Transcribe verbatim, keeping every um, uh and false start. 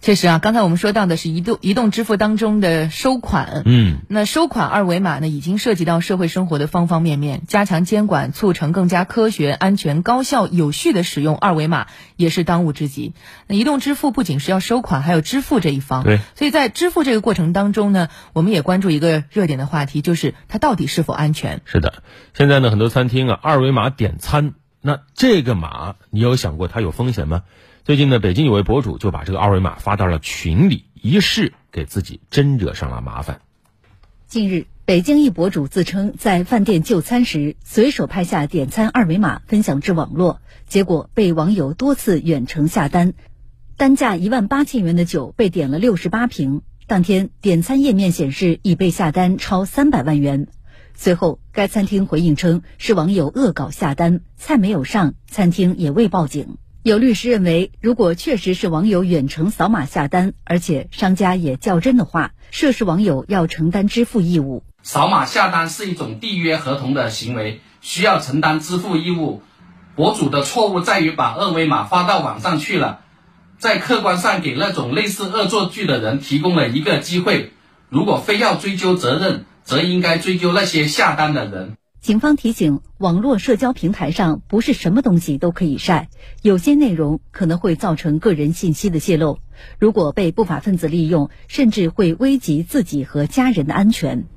确实啊，刚才我们说到的是移动移动支付当中的收款， 嗯， 那收款二维码呢，已经涉及到社会生活的方方面面，加强监管，促成更加科学、安全、高效、有序的使用二维码，也是当务之急。那移动支付不仅是要收款，还有支付这一方， 对， 所以在支付这个过程当中呢，我们也关注一个热点的话题，就是它到底是否安全。 是的，现在呢，很多餐厅啊，二维码点餐，那这个码你有想过它有风险吗？最近呢，北京有位博主就把这个二维码发到了群里，一试给自己真惹上了麻烦。 近日，北京一博主自称在饭店就餐时随手拍下点餐二维码分享至网络，结果被网友多次远程下单，单价一万八千元的酒被点了六十八瓶。当天点餐页面显示已被下单超三百万元。随后该餐厅回应称是网友恶搞下单，菜没有上，餐厅也未报警。有律师认为，如果确实是网友远程扫码下单，而且商家也较真的话，涉事网友要承担支付义务。 扫码下单是一种缔约合同的行为，需要承担支付义务。博主的错误在于把二维码发到网上去了，在客观上给那种类似恶作剧的人提供了一个机会。如果非要追究责任，则应该追究那些下单的人。 警方提醒，网络社交平台上不是什么东西都可以晒，有些内容可能会造成个人信息的泄露，如果被不法分子利用，甚至会危及自己和家人的安全。